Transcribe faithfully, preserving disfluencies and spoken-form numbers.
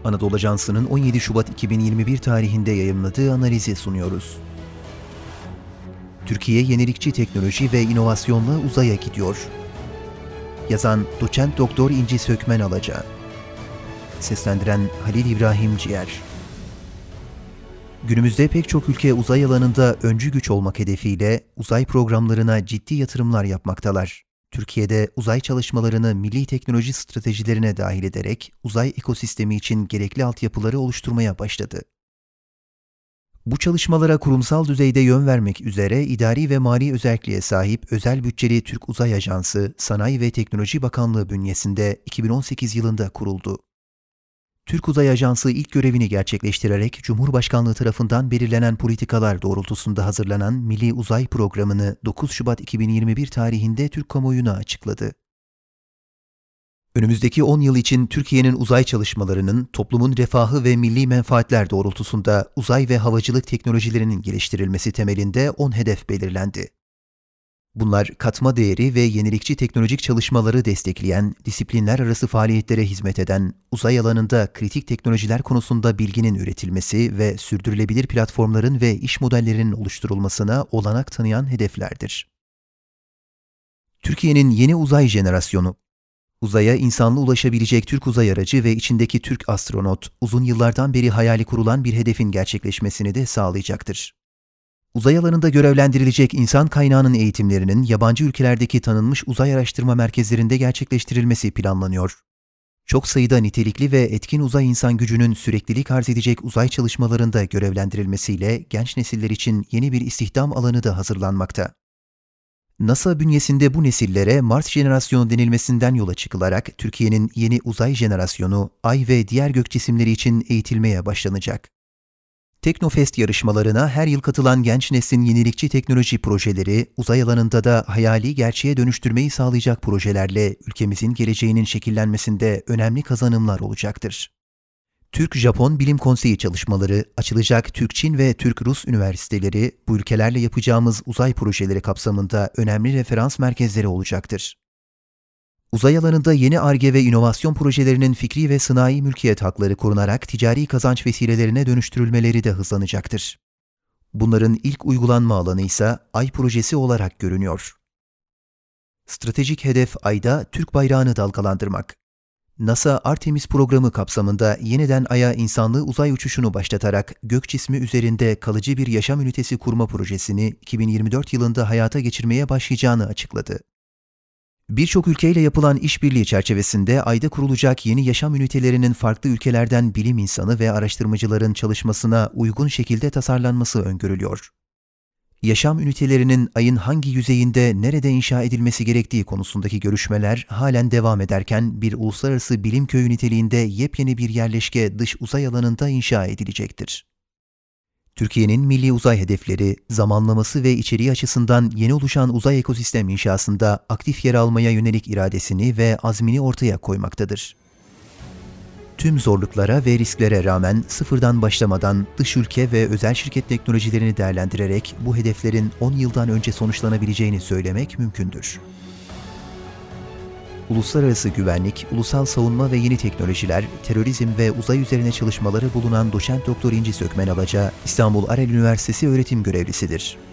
Anadolu Ajansı'nın on yedi Şubat iki bin yirmi bir tarihinde yayımladığı analizi sunuyoruz. Türkiye yenilikçi teknoloji ve inovasyonla uzaya gidiyor. Yazan Doçent Doktor İnci Sökmen Alaca. Seslendiren Halil İbrahim Ciğer. Günümüzde pek çok ülke uzay alanında öncü güç olmak hedefiyle uzay programlarına ciddi yatırımlar yapmaktalar. Türkiye'de uzay çalışmalarını milli teknoloji stratejilerine dahil ederek uzay ekosistemi için gerekli altyapıları oluşturmaya başladı. Bu çalışmalara kurumsal düzeyde yön vermek üzere idari ve mali özelliğe sahip özel bütçeli Türk Uzay Ajansı, Sanayi ve Teknoloji Bakanlığı bünyesinde iki bin on sekiz yılında kuruldu. Türk Uzay Ajansı ilk görevini gerçekleştirerek Cumhurbaşkanlığı tarafından belirlenen politikalar doğrultusunda hazırlanan Milli Uzay Programı'nı dokuz Şubat iki bin yirmi bir tarihinde Türk kamuoyuna açıkladı. Önümüzdeki on yıl için Türkiye'nin uzay çalışmalarının toplumun refahı ve milli menfaatler doğrultusunda uzay ve havacılık teknolojilerinin geliştirilmesi temelinde on hedef belirlendi. Bunlar katma değeri ve yenilikçi teknolojik çalışmaları destekleyen, disiplinler arası faaliyetlere hizmet eden, uzay alanında kritik teknolojiler konusunda bilginin üretilmesi ve sürdürülebilir platformların ve iş modellerinin oluşturulmasına olanak tanıyan hedeflerdir. Türkiye'nin yeni uzay jenerasyonu, uzaya insanlı ulaşabilecek Türk uzay aracı ve içindeki Türk astronot, uzun yıllardan beri hayali kurulan bir hedefin gerçekleşmesini de sağlayacaktır. Uzay alanında görevlendirilecek insan kaynağının eğitimlerinin yabancı ülkelerdeki tanınmış uzay araştırma merkezlerinde gerçekleştirilmesi planlanıyor. Çok sayıda nitelikli ve etkin uzay insan gücünün süreklilik arz edecek uzay çalışmalarında görevlendirilmesiyle genç nesiller için yeni bir istihdam alanı da hazırlanmakta. NASA bünyesinde bu nesillere Mars jenerasyonu denilmesinden yola çıkılarak Türkiye'nin yeni uzay jenerasyonu, Ay ve diğer gök cisimleri için eğitilmeye başlanacak. Teknofest yarışmalarına her yıl katılan genç neslin yenilikçi teknoloji projeleri, uzay alanında da hayali gerçeğe dönüştürmeyi sağlayacak projelerle ülkemizin geleceğinin şekillenmesinde önemli kazanımlar olacaktır. Türk-Japon Bilim Konseyi çalışmaları, açılacak Türk-Çin ve Türk-Rus üniversiteleri, bu ülkelerle yapacağımız uzay projeleri kapsamında önemli referans merkezleri olacaktır. Uzay alanında yeni Ar-Ge ve inovasyon projelerinin fikri ve sınai mülkiyet hakları korunarak ticari kazanç vesilelerine dönüştürülmeleri de hızlanacaktır. Bunların ilk uygulanma alanı ise Ay projesi olarak görünüyor. Stratejik hedef Ay'da Türk bayrağını dalgalandırmak. NASA Artemis programı kapsamında yeniden Ay'a insanlı uzay uçuşunu başlatarak gök cismi üzerinde kalıcı bir yaşam ünitesi kurma projesini iki bin yirmi dört yılında hayata geçirmeye başlayacağını açıkladı. Birçok ülkeyle yapılan işbirliği çerçevesinde Ay'da kurulacak yeni yaşam ünitelerinin farklı ülkelerden bilim insanı ve araştırmacıların çalışmasına uygun şekilde tasarlanması öngörülüyor. Yaşam ünitelerinin Ay'ın hangi yüzeyinde nerede inşa edilmesi gerektiği konusundaki görüşmeler halen devam ederken bir uluslararası bilim köyü niteliğinde yepyeni bir yerleşke dış uzay alanında inşa edilecektir. Türkiye'nin milli uzay hedefleri, zamanlaması ve içeriği açısından yeni oluşan uzay ekosistem inşasında aktif yer almaya yönelik iradesini ve azmini ortaya koymaktadır. Tüm zorluklara ve risklere rağmen sıfırdan başlamadan dış ülke ve özel şirket teknolojilerini değerlendirerek bu hedeflerin on yıldan önce sonuçlanabileceğini söylemek mümkündür. Uluslararası güvenlik, ulusal savunma ve yeni teknolojiler, terörizm ve uzay üzerine çalışmaları bulunan Doçent Doktor İnci Sökmen Alaca, İstanbul Arel Üniversitesi öğretim görevlisidir.